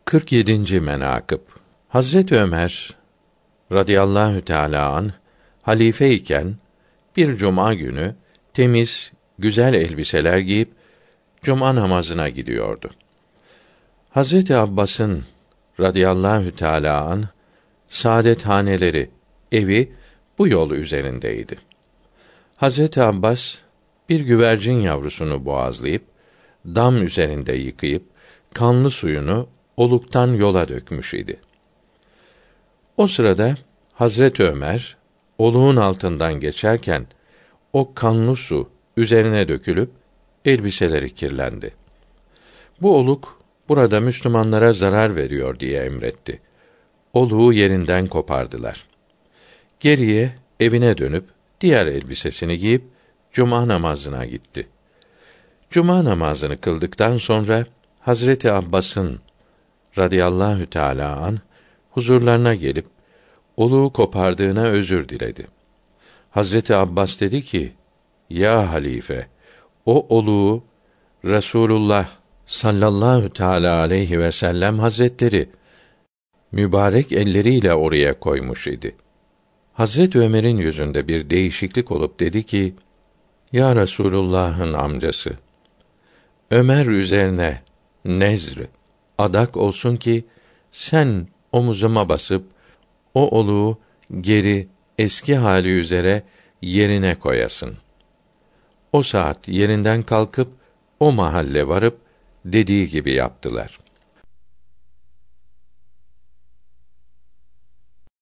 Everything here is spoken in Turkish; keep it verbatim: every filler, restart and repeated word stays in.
kırk yedinci menakıb Hazret Ömer radıyallahu teâlâ anh halife iken bir cuma günü temiz, güzel elbiseler giyip cuma namazına gidiyordu. Hazreti Abbas'ın radıyallahu teâlâ anh saadethaneleri, evi bu yol üzerindeydi. Hazreti Abbas bir güvercin yavrusunu boğazlayıp dam üzerinde yıkayıp kanlı suyunu oluktan yola dökmüş idi. O sırada Hazret Ömer oluğun altından geçerken o kanlı su üzerine dökülüp elbiseleri kirlendi. Bu oluk burada Müslümanlara zarar veriyor diye emretti. Oluğu yerinden kopardılar. Geriye evine dönüp diğer elbisesini giyip cuma namazına gitti. Cuma namazını kıldıktan sonra Hazreti Abbas'ın radıyallahu teâlâ anh huzurlarına gelip oluğu kopardığına özür diledi. Hazreti Abbas dedi ki: "Ya halife, o oluğu Resulullah sallallahu teâlâ aleyhi ve sellem Hazretleri mübarek elleriyle oraya koymuş idi." Hazret Ömer'in yüzünde bir değişiklik olup dedi ki: "Ya Resulullah'ın amcası, Ömer üzerine nezr, adak olsun ki sen omuzuma basıp o oluğu geri eski hali üzere yerine koyasın." O saat yerinden kalkıp o mahalle varıp dediği gibi yaptılar.